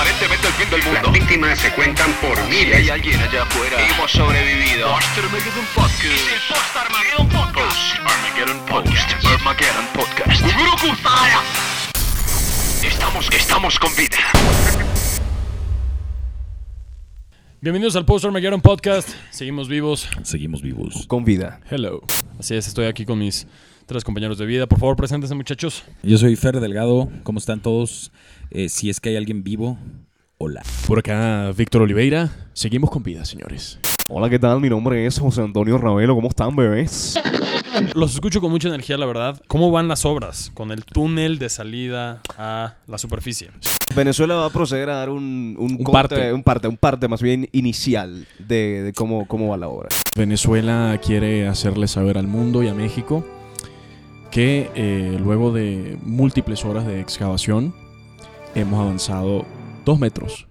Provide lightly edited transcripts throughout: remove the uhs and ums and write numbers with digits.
Aparentemente el fin del mundo. Las víctimas se cuentan por Si miles. hay alguien allá afuera, hemos sobrevivido. Post-Armageddon Podcast. Es el Post-Armageddon Podcast. Post-Armageddon Podcast. Estamos con vida. Bienvenidos al Post-Armageddon Podcast. Seguimos vivos. Con vida. Hello. Así es, estoy aquí con mis 3 compañeros de vida. Por favor, preséntense, muchachos. Yo soy Fer Delgado. ¿Cómo están todos? Si es que hay alguien vivo, hola. Por acá, Víctor Oliveira. Seguimos con vida, señores. Hola, ¿qué tal? Mi nombre es José Antonio Ravelo. ¿Cómo están, bebés? Los escucho con mucha energía, la verdad. ¿Cómo van las obras con el túnel de salida a la superficie? Venezuela va a proceder a dar un parte más bien inicial de cómo va la obra. Venezuela quiere hacerle saber al mundo y a México que luego de múltiples horas de excavación hemos avanzado 2 metros.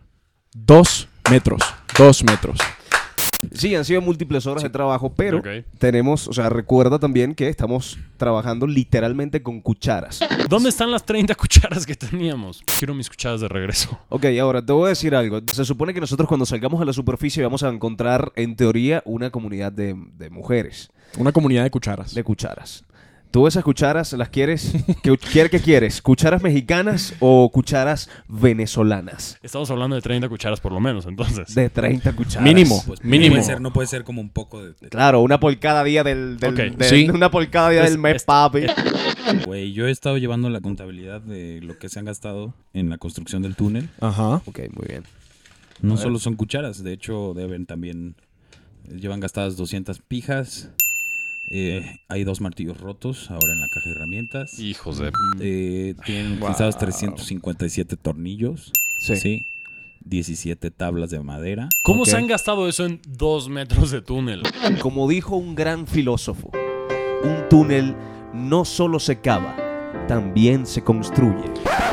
2 metros. 2 metros. Sí, han sido múltiples horas de trabajo, pero Ok. tenemos, o sea, recuerda también que estamos trabajando literalmente con cucharas. ¿Dónde están las 30 cucharas que teníamos? Quiero mis cucharas de regreso. Ok, ahora te voy a decir algo. Se supone que nosotros cuando salgamos a la superficie vamos a encontrar, en teoría, una comunidad de mujeres, Una comunidad de cucharas. de cucharas. ¿Tú esas cucharas las quieres? ¿Qué quieres? ¿Cucharas mexicanas o cucharas venezolanas? Estamos hablando de 30 cucharas por lo menos, entonces. De 30 cucharas. Mínimo. Pues Mínimo. No puede ser como un poco de Claro, una por cada día Ok, sí. una por cada día del mes, papi. Güey, yo he estado llevando la contabilidad de lo que se han gastado en la construcción del túnel. Ajá. Ok, muy bien. No solo son cucharas, de hecho deben también... Llevan gastadas 200 pijas. Hay 2 martillos rotos ahora en la caja de herramientas. Hijos de... Tienen utilizados 357 tornillos. Sí. 17 tablas de madera. ¿Cómo Ok. se han gastado eso en 2 metros de túnel? Como dijo un gran filósofo, un túnel no solo se cava, también se construye.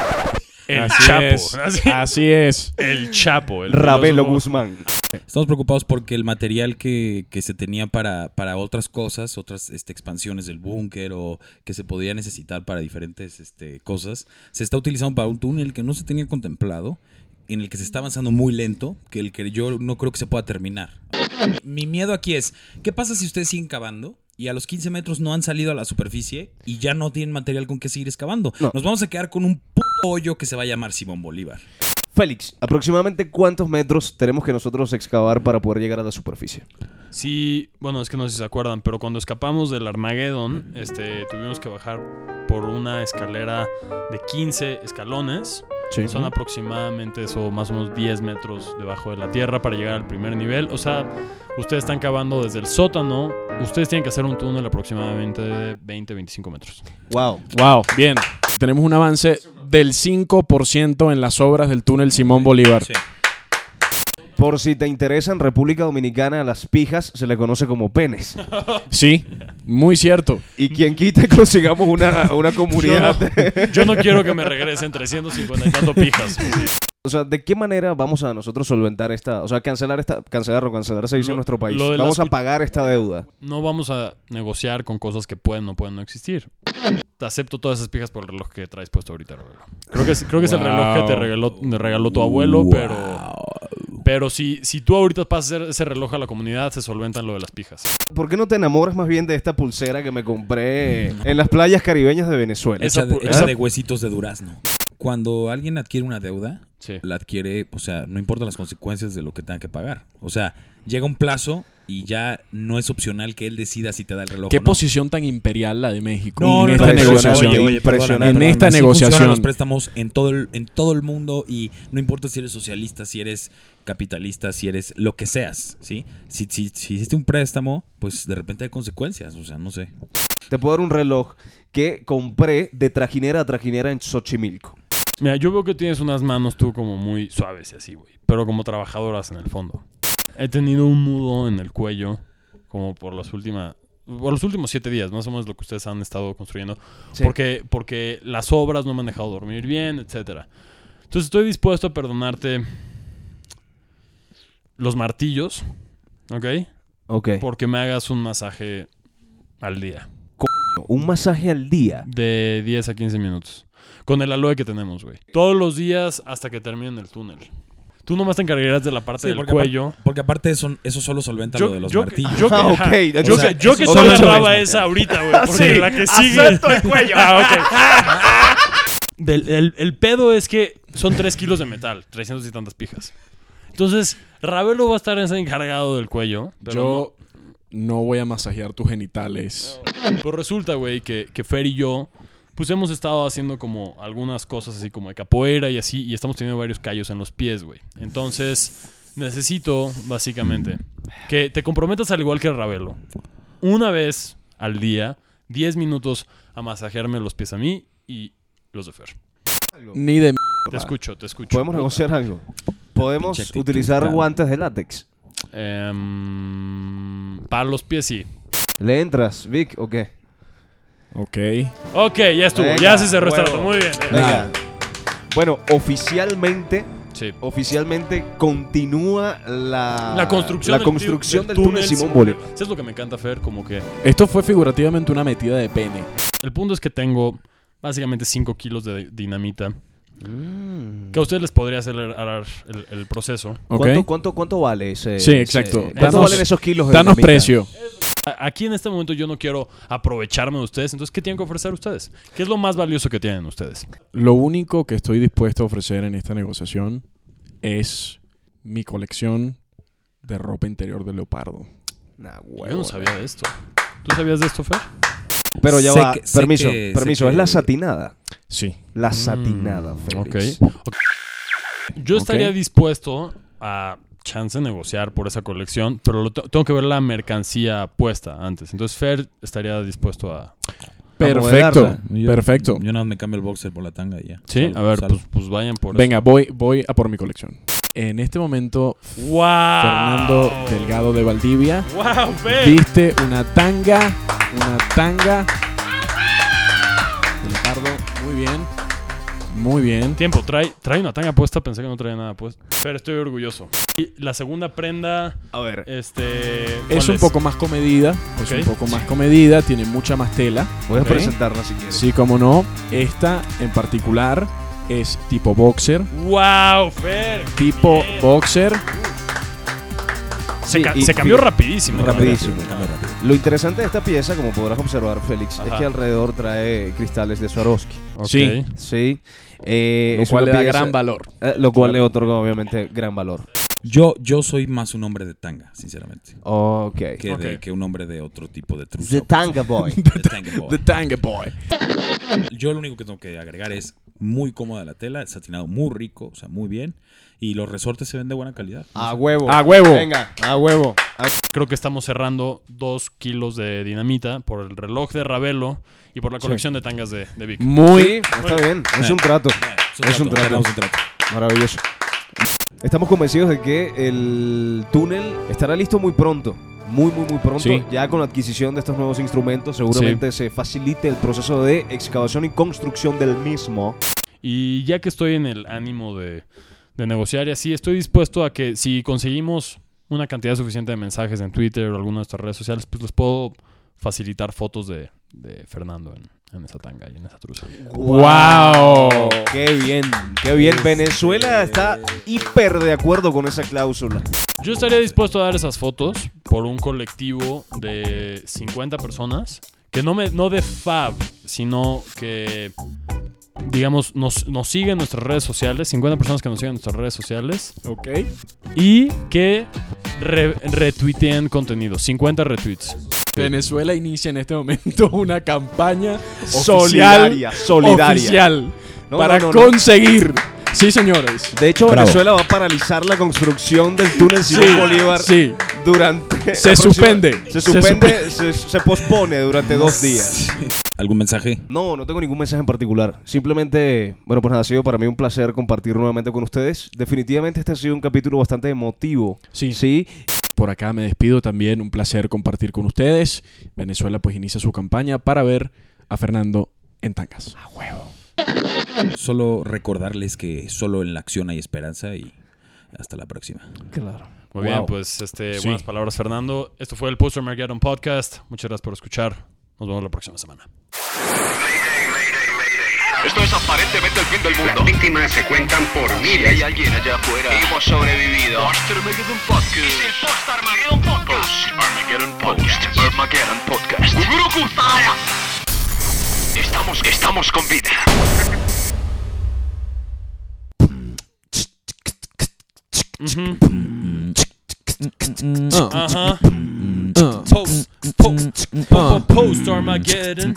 El Así Chapo. es. Así. Así es. El Chapo. El Ravelo filósofo. Guzmán. Estamos preocupados porque el material que se tenía para otras cosas, otras expansiones del búnker o que se podía necesitar para diferentes cosas, se está utilizando para un túnel que no se tenía contemplado, en el que se está avanzando muy lento, que el que yo no creo que se pueda terminar. Mi miedo aquí es, ¿qué pasa si ustedes siguen cavando y a los 15 metros no han salido a la superficie y ya no tienen material con que seguir excavando? No. Nos vamos a quedar con un puto hoyo que se va a llamar Simón Bolívar. Félix, ¿aproximadamente cuántos metros tenemos que nosotros excavar para poder llegar a la superficie? Sí, bueno, es que no sé si se acuerdan, pero cuando escapamos del Armageddon, tuvimos que bajar por una escalera de 15 escalones. Sí. Son aproximadamente eso, más o menos 10 metros debajo de la tierra para llegar al primer nivel. O sea, ustedes están cavando desde el sótano. Ustedes tienen que hacer un túnel aproximadamente de 20-25 metros. Wow. Wow. Bien. Tenemos un avance del 5% en las obras del túnel Simón Bolívar. Sí. Por si te interesa, en República Dominicana a las pijas se le conoce como penes. Sí, muy cierto. Y quien quita que consigamos una comunidad. Yo no quiero que me regresen 350 y tanto pijas. O sea, ¿de qué manera vamos a nosotros solventar esta, o sea, cancelar se dice en nuestro país? lo de Vamos las a pagar esta deuda. No vamos a negociar con cosas que pueden o pueden no existir. Te acepto todas esas pijas por el reloj que traes puesto ahorita, Ravelo. Creo que es el reloj que te regaló tu abuelo, pero si tú ahorita pasas a hacer ese reloj a la comunidad, se solventan lo de las pijas. ¿Por qué no te enamoras más bien de esta pulsera que me compré en las playas caribeñas de Venezuela? Hecha de huesitos de durazno. Cuando alguien adquiere una deuda, Sí. la adquiere, o sea, no importa las consecuencias de lo que tenga que pagar. O sea, llega un plazo y ya no es opcional que él decida si te da el reloj ¿Qué o no. posición tan imperial la de México No, en no, esta no, negociación? oye, perdóname, en esta así negociación. funcionan los préstamos en todo el mundo y no importa si eres socialista, si eres capitalista, si eres lo que seas, ¿sí? Si hiciste un préstamo, pues de repente hay consecuencias, o sea, no sé. Te puedo dar un reloj que compré de trajinera a trajinera en Xochimilco. Mira, yo veo que tienes unas manos tú como muy suaves y así, güey. Pero como trabajadoras en el fondo. He tenido un nudo en el cuello como por los últimos 7 días, más o menos lo que ustedes han estado construyendo. Sí. Porque las obras no me han dejado dormir bien, etcétera. Entonces estoy dispuesto a perdonarte los martillos, ¿ok? Ok. Porque me hagas un masaje al día. Un masaje al día. De 10 a 15 minutos. con el aloe que tenemos, güey. Todos los días hasta que terminen el túnel. Tú nomás te encargarías de la parte del cuello. Porque aparte eso solo solventa lo de los martillos. Yo que o solo sea, agarraba esa ahorita, güey. Porque la que sigue... Acepto el cuello. El pedo es que son 3 kilos de metal, 300 y tantas pijas. Entonces, Ravelo va a estar encargado del cuello. Yo no voy a masajear tus genitales. Pues resulta, güey, que Fer y yo, pues hemos estado haciendo como algunas cosas así como de capoeira y así, y estamos teniendo varios callos en los pies, güey. Entonces, necesito, básicamente, que te comprometas al igual que Ravelo. Una vez al día, 10 minutos a masajearme los pies a mí y los de Fer. Ni de Te escucho. ¿Podemos negociar algo? ¿Podemos Pinche actitud, utilizar claro. guantes de látex? Para los pies sí. ¿Le entras, Vic, o qué? Ok. Ok, ya estuvo. Venga, Ya se cerró esta huevo. nota. Muy bien. Venga. Bueno, oficialmente Sí. continúa La construcción, del túnel Simón Bolívar. ¿Sabes lo que me encanta, Fer? Como que Esto fue figurativamente una metida de pene. el punto es que tengo básicamente 5 kilos de dinamita. Que a ustedes les podría acelerar el proceso. Ok. ¿Cuánto vale ese? Sí, exacto. ¿Cuánto Danos- valen esos kilos de Danos dinamita? precio. Aquí en este momento yo no quiero aprovecharme de ustedes. Entonces, ¿qué tienen que ofrecer ustedes? ¿Qué es lo más valioso que tienen ustedes? Lo único que estoy dispuesto a ofrecer en esta negociación es mi colección de ropa interior de leopardo. Nah, Yo huevo. no sabía de esto. ¿Tú sabías de esto, Fer? Pero ya Sé va. que- sé Permiso, que- permiso. sé Es la que- satinada. Sí. La satinada, Félix. Ok. Yo estaría Ok. dispuesto a chance negociar por esa colección, pero tengo que ver la mercancía puesta antes. Entonces Fer estaría dispuesto a... Perfecto. modelarla. Perfecto. Yo nada más me cambio el boxer por la tanga y ya. Sí, Salgo, a ver, salgo. pues vayan por Venga, voy a por mi colección. En este momento, eso. ¡Wow! Fernando Delgado de Valdivia ¡Wow, Fer! viste una tanga de leopardo. Muy bien. Tiempo, trae una tanga puesta, pensé que no traía nada puesto. Pero estoy orgulloso. Y la segunda prenda, A ver. Es ¿cuál un poco más comedida. Ok. Es un poco más comedida. Tiene mucha más tela. Voy a Ok. presentarla si quieres. Sí, como no. Esta en particular es tipo boxer. ¡Wow, Fer! Tipo Bien. boxer. Sí, y Se cambió fi- rapidísimo. Rapidísimo. Cambio rápido. Lo interesante de esta pieza, como podrás observar, Félix, es Ajá. que alrededor trae cristales de Swarovski. Ok. Sí. Sí. Lo Es cual una le da pieza- gran valor. Lo cual le otorga, obviamente, gran valor. Yo soy más un hombre de tanga, sinceramente. Ok. Que un hombre de otro tipo de truza. The Tanga Boy. The Tanga Boy. The Tanga Boy. Yo lo único que tengo que agregar es muy cómoda la tela, el satinado muy rico, o sea, muy bien. Y los resortes se ven de buena calidad. A huevo. A huevo. Venga, a huevo. Creo que estamos cerrando 2 kilos de dinamita por el reloj de Ravelo y por la colección de tangas de Vic. Muy Sí, está bien. Es un trato. Es un trato. tenemos un trato. Maravilloso. Estamos convencidos de que el túnel estará listo muy pronto. Muy pronto. Sí. Ya con la adquisición de estos nuevos instrumentos, seguramente se facilite el proceso de excavación y construcción del mismo. Y ya que estoy en el ánimo de negociar y así, estoy dispuesto a que si conseguimos una cantidad suficiente de mensajes en Twitter o alguna de nuestras redes sociales, pues les puedo facilitar fotos de Fernando en esa tanga y en esa truza. ¡Wow! ¡Qué bien! ¡Qué bien! Venezuela está hiper de acuerdo con esa cláusula. Yo estaría dispuesto a dar esas fotos por un colectivo de 50 personas que no de fab, sino que, digamos, nos siguen en nuestras redes sociales, 50 personas que nos siguen en nuestras redes sociales Ok. y que retuiteen contenido, 50 retweets. Venezuela inicia en este momento una campaña Solidaria. oficial No, para no, no. conseguir. Sí, señores. De hecho, Bravo. Venezuela va a paralizar la construcción del túnel Simón Bolívar Sí. durante... Se suspende. Se pospone durante 2 días. ¿Algún mensaje? No tengo ningún mensaje en particular. Simplemente, bueno, pues nada, ha sido para mí un placer compartir nuevamente con ustedes. Definitivamente este ha sido un capítulo bastante emotivo. Sí. Sí. Por acá me despido también. Un placer compartir con ustedes. Venezuela pues inicia su campaña para ver a Fernando en tangas. Solo recordarles que solo en la acción hay esperanza y hasta la próxima. Claro. Muy bien, Wow. pues Sí. buenas palabras, Fernando. Esto fue el Poster Armageddon Podcast. Muchas gracias por escuchar. Nos vemos la próxima semana. Esto es aparentemente el fin del mundo. Las víctimas se cuentan por Si miles. hay alguien allá afuera y hemos sobrevivido. Post-Armageddon Podcast. Es el Post-Armageddon Podcast. Post-Armageddon Podcast. Armageddon Podcast. Estamos con vida. Post Armageddon.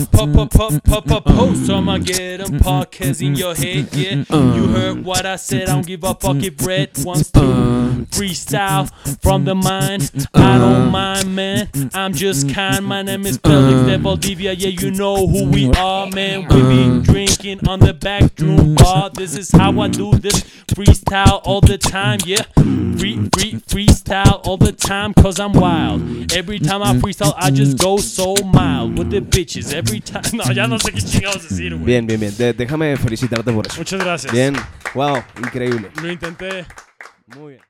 Post Armageddon. Podcast in your head, yeah. You heard what I said. I don't give a fuck if Red wants to freestyle from the mind. I don't mind, man. I'm just kind. My name is Felix de Valdivia. Yeah, you know who we are, man. We be drinking on the back room bar. This is how I do this freestyle all the time, yeah. Freestyle all the time, cause I'm wild. Every time I freestyle, I just go so mild with the bitches. Every time. No, ya no sé qué chingados decir, güey. Bien. Déjame felicitarte por eso. Muchas gracias. Bien. Wow, increíble. Lo intenté. Muy bien.